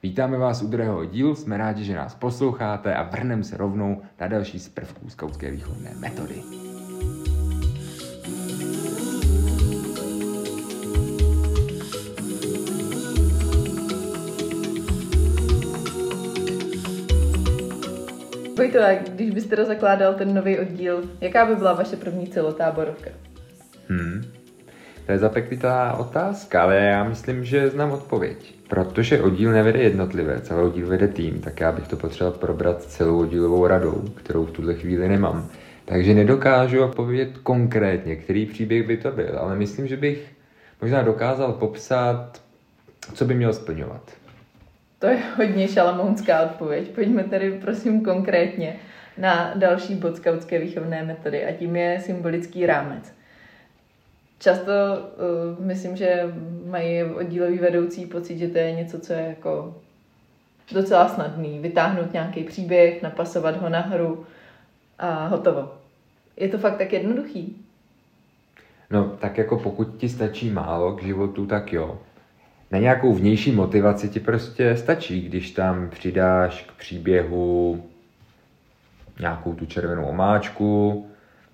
Vítáme vás u druhého dílu, jsme rádi, že nás posloucháte a vrhneme se rovnou na další z prvků skautské výchovné metody. Vojto, a když byste teda zakládal ten nový oddíl, jaká by byla vaše první celotáborovka? To je zapeklitá otázka, ale já myslím, že znám odpověď. Protože oddíl nevede jednotlivec, ale oddíl vede tým, tak já bych to potřeboval probrat celou oddílovou radou, kterou v tuhle chvíli nemám. Takže nedokážu odpovědět konkrétně, který příběh by to byl, ale myslím, že bych možná dokázal popsat, co by měl splňovat. To je hodně šalamounská odpověď. Pojďme tedy prosím konkrétně na další bod skautské výchovné metody a tím je symbolický rámec. Často myslím, že mají oddíloví vedoucí pocit, že to je něco, co je jako docela snadný. Vytáhnout nějaký příběh, napasovat ho na hru a hotovo. Je to fakt tak jednoduchý? No, tak jako pokud ti stačí málo k životu, tak jo. Na nějakou vnější motivaci ti prostě stačí, když tam přidáš k příběhu nějakou tu červenou omáčku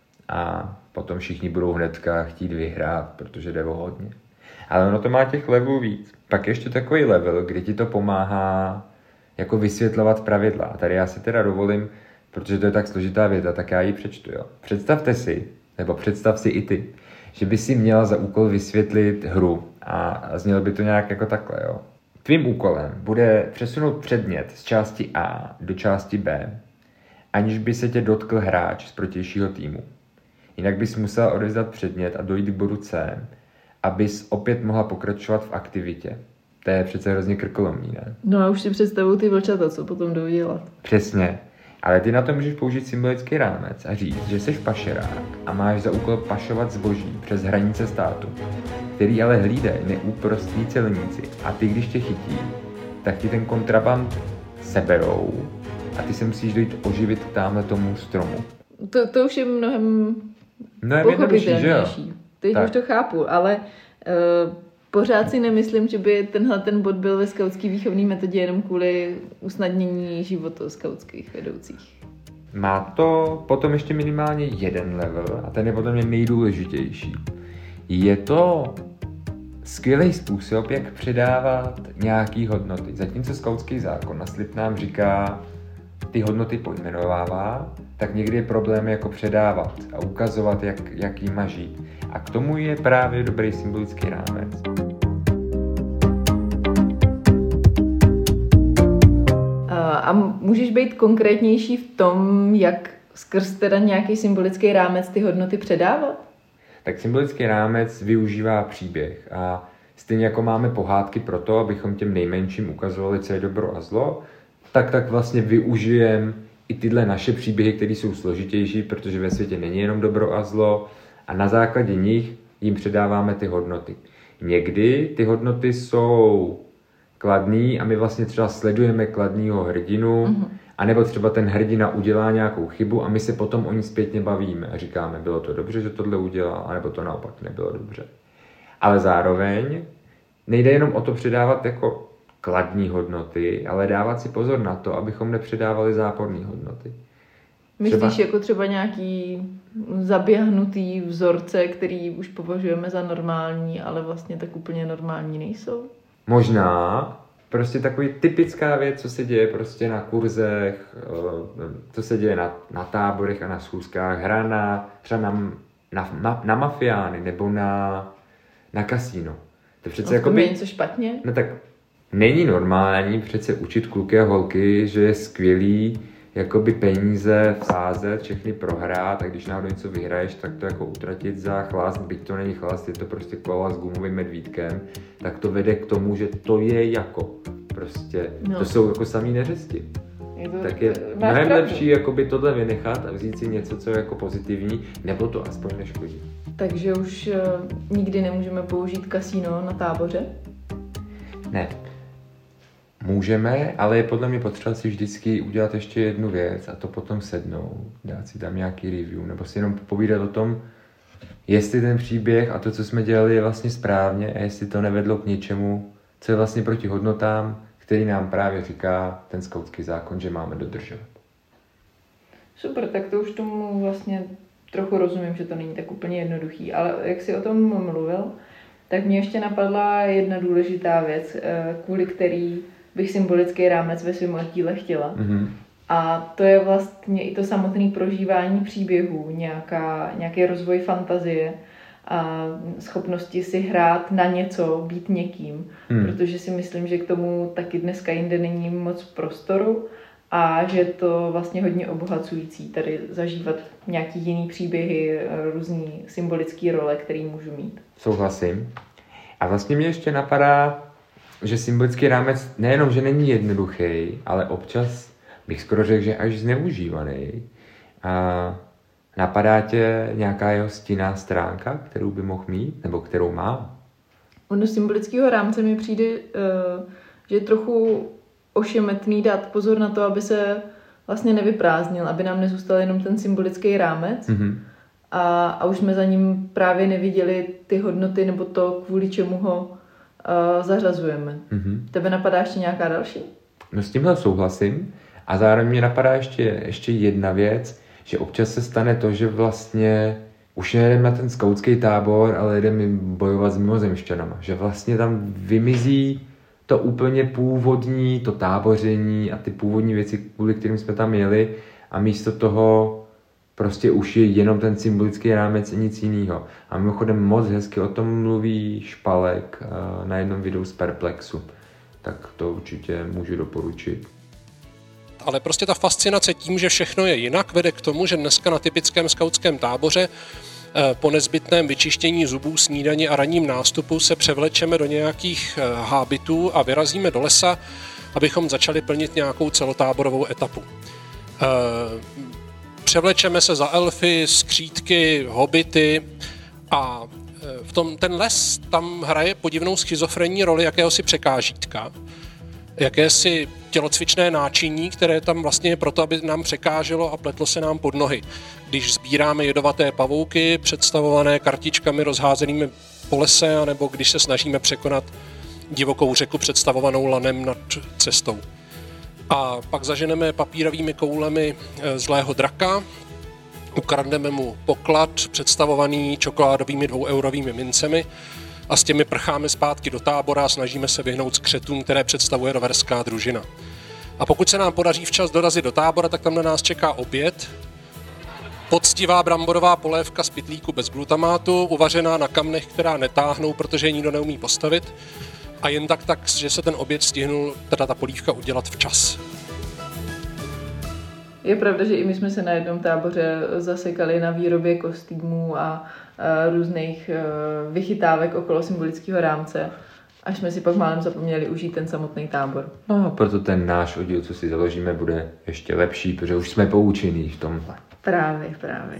a potom všichni budou hnedka chtít vyhrát, protože jde o hodně. Ale ono to má těch levelů víc. Pak ještě takový level, kde ti to pomáhá jako vysvětlovat pravidla. A tady já si teda dovolím, protože to je tak složitá věta, tak já ji přečtu. Jo. Představte si, nebo představ si i ty, že by si měla za úkol vysvětlit hru a znělo by to nějak jako takhle. Jo. Tvým úkolem bude přesunout předmět z části A do části B, aniž by se tě dotkl hráč z protějšího týmu. Jinak bys musela odevzdat předmět a dojít k bodu C, abys opět mohla pokračovat v aktivitě. To je přece hrozně krkolomný, ne? No a už si představuju ty vlčata, co potom jdou dělat. Přesně. Ale ty na to můžeš použít symbolický rámec a říct, že jsi pašerák a máš za úkol pašovat zboží přes hranice státu, který ale hlídají neúprostní celníci. A ty, když tě chytí, tak ti ten kontraband seberou a ty se musíš dojít oživit k tamhle tomu stromu. To už je mnohem pochopitelnější. Teď už to chápu, ale pořád si nemyslím, že by ten bod byl ve skautský výchovný metodě jenom kvůli usnadnění života skautských vedoucích. Má to potom ještě minimálně jeden level a ten je potom nejdůležitější. Je to skvělý způsob, jak předávat nějaký hodnoty. Zatímco skautský zákon na slib nám říká, ty hodnoty pojmenovává, tak někdy je problém jako předávat a ukazovat, jak jí má žít. A k tomu je právě dobrý symbolický rámec. A můžeš být konkrétnější v tom, jak skrz teda nějaký symbolický rámec ty hodnoty předávat? Tak symbolický rámec využívá příběh a stejně jako máme pohádky pro to, abychom těm nejmenším ukazovali, co je dobro a zlo, tak vlastně využijeme i tyhle naše příběhy, které jsou složitější, protože ve světě není jenom dobro a zlo a na základě nich jim předáváme ty hodnoty. Někdy ty hodnoty jsou kladný a my vlastně třeba sledujeme kladného hrdinu, anebo třeba ten hrdina udělá nějakou chybu a my se potom o ní zpětně bavíme a říkáme, bylo to dobře, že tohle udělal, anebo to naopak nebylo dobře. Ale zároveň nejde jenom o to předávat jako kladní hodnoty, ale dávat si pozor na to, abychom nepředávali záporné hodnoty. Myslíš jako třeba nějaký zaběhnutý vzorce, který už považujeme za normální, ale vlastně tak úplně normální nejsou? Možná. Prostě takový typická věc, co se děje prostě na kurzech, co se děje na táborech a na schůzkách, hra třeba na mafiány nebo na kasíno. To přece jakoby je něco špatně? No tak není normální přece učit kluky a holky, že je skvělý jakoby peníze vsázet, všechny prohrát a když náhodou něco vyhraješ, tak to jako utratit za chlast, byť to není chlast, je to prostě kola s gumovým medvídkem, tak to vede k tomu, že to je jako prostě, to jsou jako samý neřesti. Tak je mnohem lepší jakoby tohle vynechat a vzít si něco, co je jako pozitivní, nebo to aspoň neškodí. Takže už nikdy nemůžeme použít kasíno na táboře? Ne. Můžeme, ale je podle mě potřeba si vždycky udělat ještě jednu věc a to potom sednout, dát si tam nějaký review, nebo si jenom povídat o tom, jestli ten příběh a to, co jsme dělali, je vlastně správně a jestli to nevedlo k něčemu, co je vlastně proti hodnotám, který nám právě říká ten skautský zákon, že máme dodržovat. Super, tak to už tomu vlastně trochu rozumím, že to není tak úplně jednoduchý, ale jak jsi o tom mluvil, tak mě ještě napadla jedna důležitá věc, kvůli který bych symbolický rámec ve svém oddíle chtěla. Mm-hmm. A to je vlastně i to samotné prožívání příběhů, nějaký rozvoj fantazie a schopnosti si hrát na něco, být někým. Protože si myslím, že k tomu taky dneska jinde není moc prostoru a že je to vlastně hodně obohacující tady zažívat nějaký jiný příběhy, různý symbolické role, který můžu mít. Souhlasím. A vlastně mě ještě napadá, že symbolický rámec nejenom, že není jednoduchý, ale občas bych skoro řekl, že až zneužívaný. A napadá tě nějaká jeho stinná stránka, kterou by mohl mít, nebo kterou má? Ono symbolického rámce mi přijde, že je trochu ošemetný dát pozor na to, aby se vlastně nevyprázdnil, aby nám nezůstal jenom ten symbolický rámec. Mm-hmm. A už jsme za ním právě neviděli ty hodnoty nebo to, kvůli čemu ho zařazujeme. Mm-hmm. Tebe napadá ještě nějaká další? No s tímhle souhlasím. A zároveň mě napadá ještě jedna věc, že občas se stane to, že vlastně už nejdeme na ten skautský tábor, ale jdeme bojovat s mimozemšťanama. Že vlastně tam vymizí to úplně původní, to táboření a ty původní věci, kvůli kterým jsme tam jeli, a místo toho prostě už je jenom ten symbolický rámec a nic jiného. A mimochodem moc hezky o tom mluví Špalek na jednom videu z Perplexu. Tak to určitě můžu doporučit. Ale prostě ta fascinace tím, že všechno je jinak, vede k tomu, že dneska na typickém skautském táboře po nezbytném vyčištění zubů, snídani a ranním nástupu se převlečeme do nějakých hábitů a vyrazíme do lesa, abychom začali plnit nějakou celotáborovou etapu. Převlečeme se za elfy, skřítky, hobity a ten les tam hraje podivnou schizofrenní roli jakéhosi překážítka, jakési tělocvičné náčiní, které tam vlastně je proto, aby nám překáželo a pletlo se nám pod nohy. Když sbíráme jedovaté pavouky, představované kartičkami rozházenými po lese, anebo když se snažíme překonat divokou řeku představovanou lanem nad cestou. A pak zaženeme papírovými koulemi zlého draka, ukradneme mu poklad představovaný čokoládovými 2eurovými mincemi a s těmi prcháme zpátky do tábora a snažíme se vyhnout skřetům, které představuje roverská družina. A pokud se nám podaří včas dorazit do tábora, tak tam na nás čeká oběd. Poctivá bramborová polévka z pytlíku bez glutamátu, uvařená na kamnech, která netáhnou, protože je nikdo neumí postavit. A jen tak, že se ten oběd stihnul, teda ta polívka udělat včas. Je pravda, že i my jsme se na jednom táboře zasekali na výrobě kostýmů a různých vychytávek okolo symbolického rámce, až jsme si pak málem zapomněli užít ten samotný tábor. No, proto ten náš oddíl, co si založíme, bude ještě lepší, protože už jsme poučení v tomhle. Právě.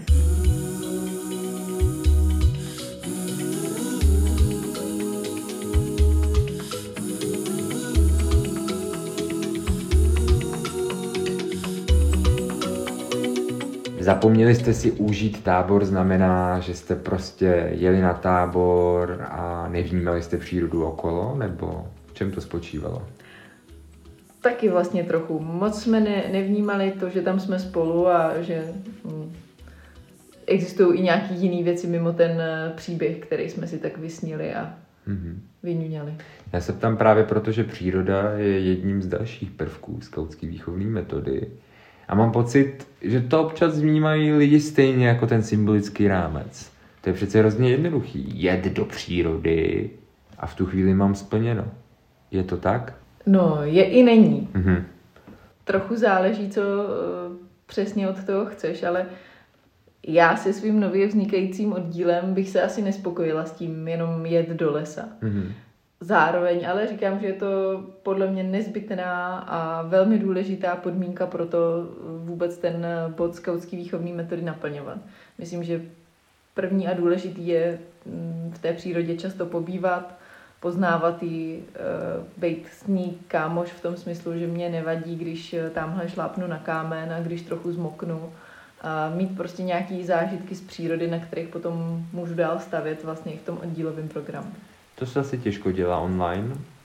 Zapomněli jste si užít tábor, znamená, že jste prostě jeli na tábor a nevnímali jste přírodu okolo, nebo v čem to spočívalo? Taky vlastně trochu. Moc jsme nevnímali to, že tam jsme spolu a že existují i nějaký jiný věci mimo ten příběh, který jsme si tak vysnili a vyňuňali. Já se ptám právě proto, že příroda je jedním z dalších prvků skautské výchovné metody. A mám pocit, že to občas vnímají lidi stejně jako ten symbolický rámec. To je přece hrozně jednoduchý. Jet do přírody a v tu chvíli mám splněno. Je to tak? No, je i není. Mm-hmm. Trochu záleží, co přesně od toho chceš, ale já se svým nově vznikajícím oddílem bych se asi nespokojila s tím jenom jet do lesa. Mm-hmm. Zároveň ale říkám, že je to podle mě nezbytná a velmi důležitá podmínka pro to vůbec ten bod skautský výchovný metody naplňovat. Myslím, že první a důležitý je v té přírodě často pobývat, poznávat ji, být s ní kámoš v tom smyslu, že mě nevadí, když tamhle šlápnu na kámen a když trochu zmoknu. A mít prostě nějaký zážitky z přírody, na kterých potom můžu dál stavět vlastně i v tom oddílovém programu. To se asi těžko dělá online,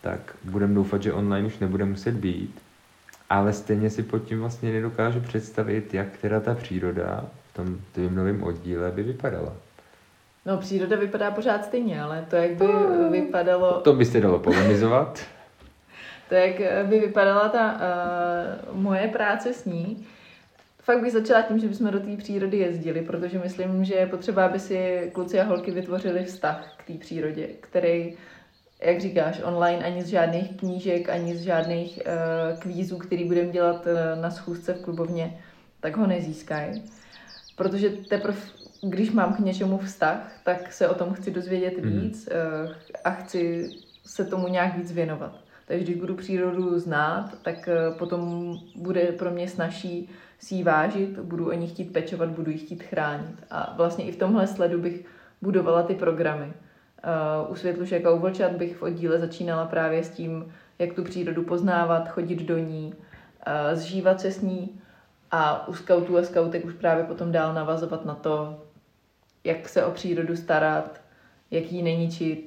tak budeme doufat, že online už nebude muset být. Ale stejně si pod tím vlastně nedokážu představit, jak teda ta příroda v tom tvým novém oddíle by vypadala. No, příroda vypadá pořád stejně, ale to, jak by vypadalo... To by se dalo polemizovat. To, jak by vypadala ta moje práce s ní, fakt bych začala tím, že bychom do té přírody jezdili, protože myslím, že je potřeba, aby si kluci a holky vytvořili vztah k té přírodě, který, jak říkáš, online ani z žádných knížek, ani z žádných kvízů, který budeme dělat na schůzce v klubovně, tak ho nezískají. Protože teprve, když mám k něčemu vztah, tak se o tom chci dozvědět víc a chci se tomu nějak víc věnovat. Takže když budu přírodu znát, tak potom bude pro mě snazší si ji vážit, budu o ní chtít pečovat, budu ji chtít chránit. A vlastně i v tomhle sledu bych budovala ty programy. U Světlušek a u Vlčat bych v oddíle začínala právě s tím, jak tu přírodu poznávat, chodit do ní, zžívat se s ní a u skautů a skautek už právě potom dál navazovat na to, jak se o přírodu starat, jak ji neničit,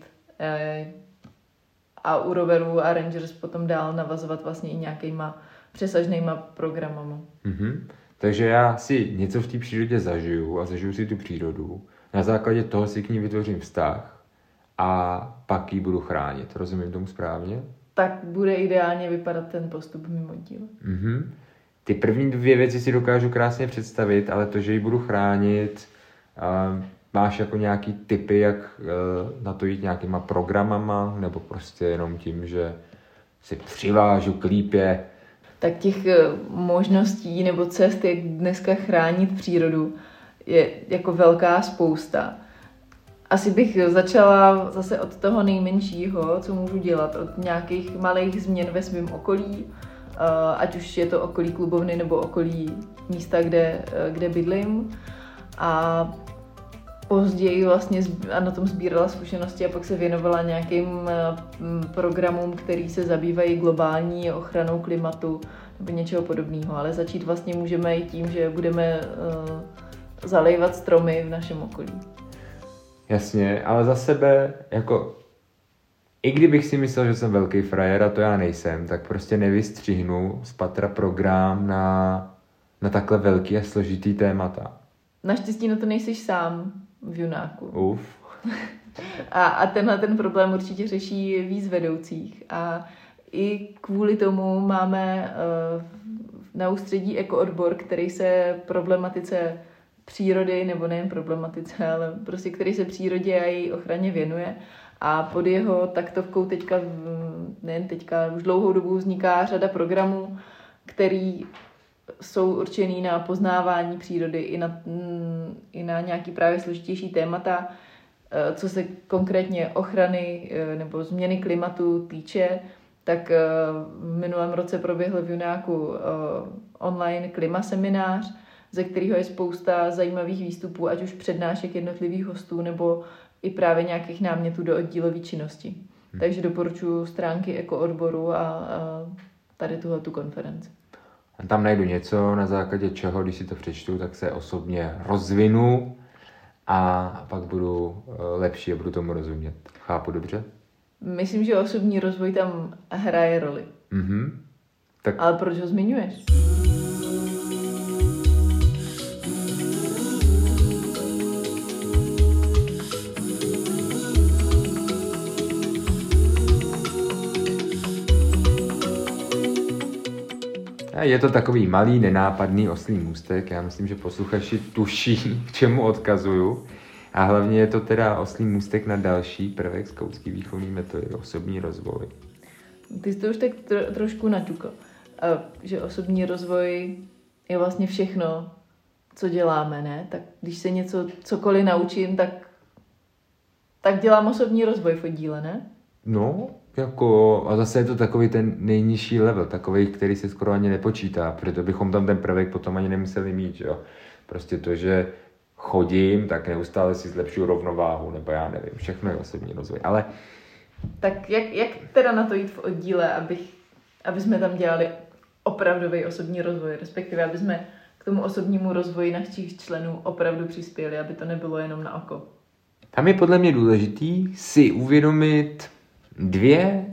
a u roverů a rangers potom dál navazovat vlastně i nějakýma přesažnýma programama. Takže já si něco v té přírodě zažiju a zažiju si tu přírodu. Na základě toho si k ní vytvořím vztah a pak ji budu chránit. Rozumím tomu správně? Tak bude ideálně vypadat ten postup mimo díl. Ty první 2 věci si dokážu krásně představit, ale to, že ji budu chránit, máš jako nějaký tipy, jak na to jít nějakýma programama, nebo prostě jenom tím, že si přivážu k lípě? Tak těch možností nebo cest, jak dneska chránit přírodu, je jako velká spousta. Asi bych začala zase od toho nejmenšího, co můžu dělat, od nějakých malých změn ve svém okolí, ať už je to okolí klubovny nebo okolí místa, kde bydlím. A později vlastně na tom sbírala zkušenosti a pak se věnovala nějakým programům, který se zabývají globální ochranou klimatu nebo něčeho podobného. Ale začít vlastně můžeme i tím, že budeme zalévat stromy v našem okolí. Jasně, ale za sebe, jako i kdybych si myslel, že jsem velký frajer a to já nejsem, tak prostě nevystřihnu z patra program na takhle velký a složitý témata. Naštěstí na to nejseš sám v Junáku. Uf. A tenhle ten problém určitě řeší víc vedoucích. A i kvůli tomu máme na ústředí ekoodbor, který se problematice přírody, nebo nejen problematice, ale prostě který se přírodě a její ochraně věnuje. A pod jeho taktovkou teďka, nejen teďka, už dlouhou dobu vzniká řada programů, který jsou určený na poznávání přírody i na nějaký právě složitější témata, co se konkrétně ochrany nebo změny klimatu týče, tak v minulém roce proběhl v Junáku online klimaseminář, ze kterého je spousta zajímavých výstupů, ať už přednášek jednotlivých hostů, nebo i právě nějakých námětů do oddílové činnosti. Takže doporučuji stránky ekoodboru a tady tuhletu konferenci. Tam najdu něco, na základě čeho, když si to přečtu, tak se osobně rozvinu a pak budu lepší a budu tomu rozumět. Chápu dobře? Myslím, že osobní rozvoj tam hraje roli. Tak... Ale proč ho zmiňuješ? Je to takový malý, nenápadný oslí můstek. Já myslím, že posluchači tuší, k čemu odkazuju. A hlavně je to teda oslí můstek na další prvek skautský výchovný metody, osobní rozvoj. Ty jsi to už tak trošku naťukl, že osobní rozvoj je vlastně všechno, co děláme, ne? Tak když se cokoliv naučím, tak dělám osobní rozvoj v oddíle, ne? No, jako, a zase je to takový ten nejnižší level, takový, který se skoro ani nepočítá, proto bychom tam ten prvek potom ani nemuseli mít, jo. Prostě to, že chodím, tak neustále si zlepšuju rovnováhu, nebo já nevím, všechno je osobní rozvoj, ale... Tak jak teda na to jít v oddíle, aby jsme tam dělali opravdový osobní rozvoj, respektive aby jsme k tomu osobnímu rozvoji našich členů opravdu přispěli, aby to nebylo jenom na oko? Tam je podle mě důležitý si uvědomit 2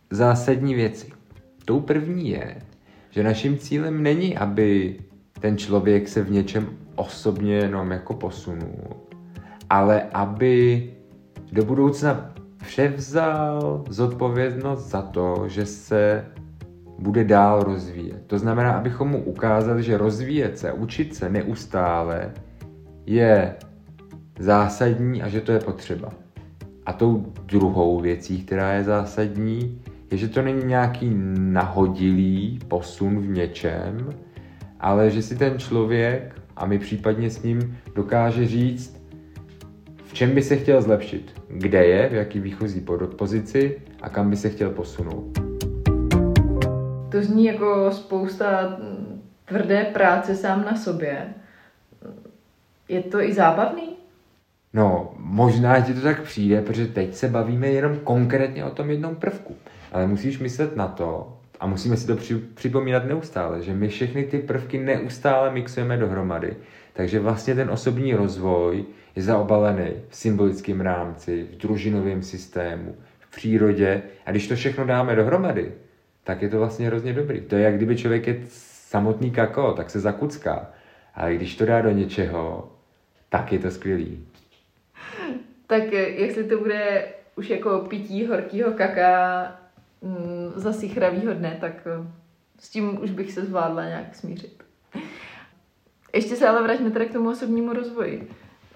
zásadní věci. Tou první je, že naším cílem není, aby ten člověk se v něčem osobně jenom jako posunul, ale aby do budoucna převzal zodpovědnost za to, že se bude dál rozvíjet. To znamená, abychom mu ukázali, že rozvíjet se, učit se neustále je zásadní a že to je potřeba. A tou druhou věcí, která je zásadní, je, že to není nějaký nahodilý posun v něčem, ale že si ten člověk a my případně s ním dokáže říct, v čem by se chtěl zlepšit, kde je, v jaký výchozí pozici a kam by se chtěl posunout. To zní jako spousta tvrdé práce sám na sobě. Je to i zábavný? No, možná ti to tak přijde, protože teď se bavíme jenom konkrétně o tom jednom prvku. Ale musíš myslet na to, a musíme si to připomínat neustále, že my všechny ty prvky neustále mixujeme dohromady. Takže vlastně ten osobní rozvoj je zaobalený v symbolickém rámci, v družinovém systému, v přírodě. A když to všechno dáme dohromady, tak je to vlastně hrozně dobrý. To je, jak kdyby člověk je samotný kakao, tak se zakucká. Ale když to dá do něčeho, tak je to skvělý. Tak jestli to bude už jako pití horkýho kaká za sichravýho dne, tak s tím už bych se zvládla nějak smířit. Ještě se ale vraťme teda k tomu osobnímu rozvoji.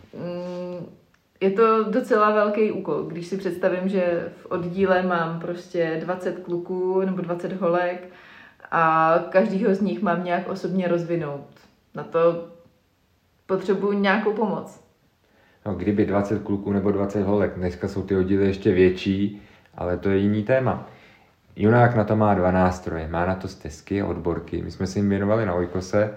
Je to docela velký úkol, když si představím, že v oddíle mám prostě 20 kluků nebo 20 holek a každýho z nich mám nějak osobně rozvinout. Na to potřebuji nějakou pomoc. No, kdyby 20 kluků nebo 20 holek, dneska jsou ty oddíly ještě větší, ale to je jiný téma. Junák na to má 2 nástroje, má na to stezky a odborky, my jsme se jim věnovali na Oikose,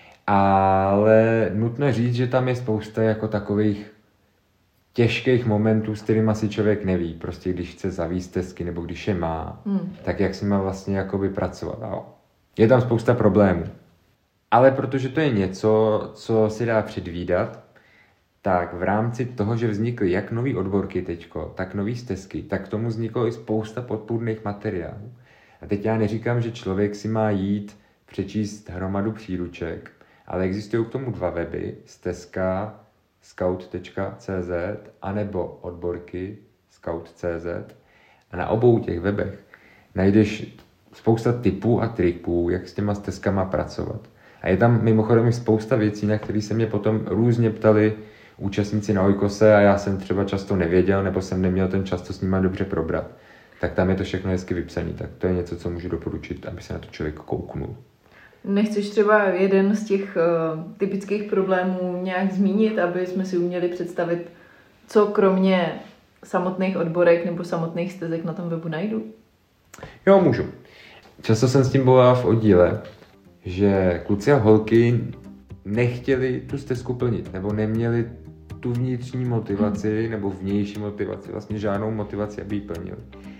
ale nutno říct, že tam je spousta jako takových těžkých momentů, s kterými si člověk neví, prostě když chce zavíst stezky nebo když je má, tak jak s nimi vlastně jakoby pracovat. Je tam spousta problémů. Ale protože to je něco, co si dá předvídat, tak v rámci toho, že vznikly jak nový odborky teďko, tak nový stezky, tak k tomu vzniklo i spousta podpůrných materiálů. A teď já neříkám, že člověk si má jít přečíst hromadu příruček, ale existují k tomu 2 weby, stezka scout.cz anebo odborky scout.cz a na obou těch webech najdeš spousta tipů a triků, jak s těma stezkama pracovat. A je tam mimochodem i spousta věcí, na které se mě potom různě ptali účastníci na Oikose a já jsem třeba často nevěděl, nebo jsem neměl ten čas to s nima dobře probrat. Tak tam je to všechno hezky vypsané. Tak to je něco, co můžu doporučit, aby se na to člověk kouknul. Nechceš třeba jeden z těch typických problémů nějak zmínit, aby jsme si uměli představit, co kromě samotných odborek nebo samotných stezek na tom webu najdu? Jo, můžu. Často jsem s tím bojoval v oddíle, že kluci a holky nechtěli tu stezku plnit, nebo neměli tu vnitřní motivaci, nebo vnější motivaci, vlastně žádnou motivaci, aby ji plnili.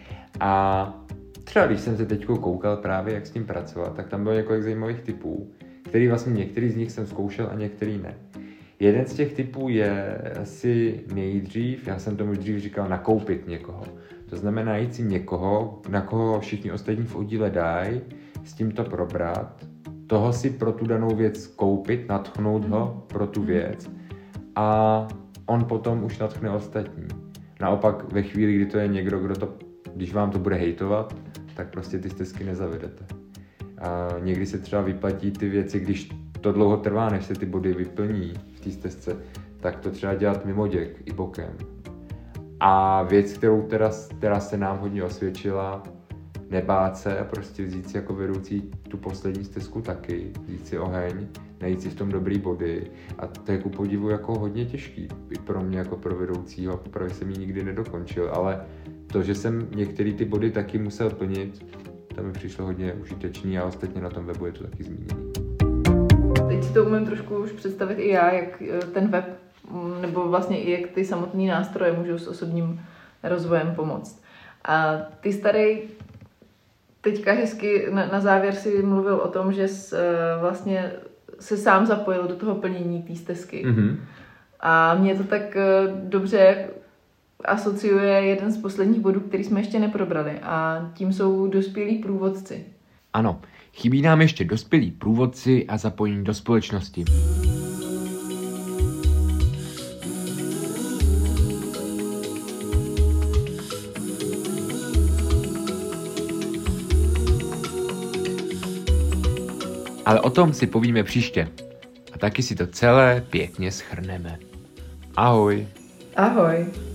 A třeba když jsem se teď koukal právě, jak s tím pracovat, tak tam bylo několik zajímavých typů, který vlastně některý z nich jsem zkoušel a některý ne. Jeden z těch typů je asi nejdřív, já jsem tomu dřív říkal, nakoupit někoho. To znamená jít si někoho, na koho všichni ostatní v oddíle dají, s tím to probrat, toho si pro tu danou věc koupit, nadchnout ho pro tu věc a on potom už nadchne ostatní. Naopak ve chvíli, kdy to je někdo, kdo to, když vám to bude hejtovat, tak prostě ty stezky nezavedete. A někdy se třeba vyplatí ty věci, když to dlouho trvá, než se ty body vyplní v té stezce, tak to třeba dělat mimo děk i bokem. A věc, která se nám hodně osvědčila, nebát se a prostě vzít si jako vedoucí tu poslední stezku taky, vzít si oheň, najít si v tom dobrý body a to je ku podivu jako hodně těžký i pro mě jako pro vedoucího, popravě jsem ji nikdy nedokončil, ale to, že jsem některé ty body taky musel plnit, to mi přišlo hodně užitečný a ostatně na tom webu je to taky zmíněný. Teď si to umím trošku už představit i já, jak ten web, nebo vlastně i jak ty samotné nástroje můžou s osobním rozvojem pomoct. A ty starý teďka hezky na závěr si mluvil o tom, že vlastně se sám zapojil do toho plnění té stezky. Mm-hmm. A mě to tak dobře asociuje jeden z posledních bodů, který jsme ještě neprobrali, a tím jsou dospělí průvodci. Ano, chybí nám ještě dospělí průvodci a zapojení do společnosti. Ale o tom si povíme příště. A taky si to celé pěkně shrneme. Ahoj. Ahoj.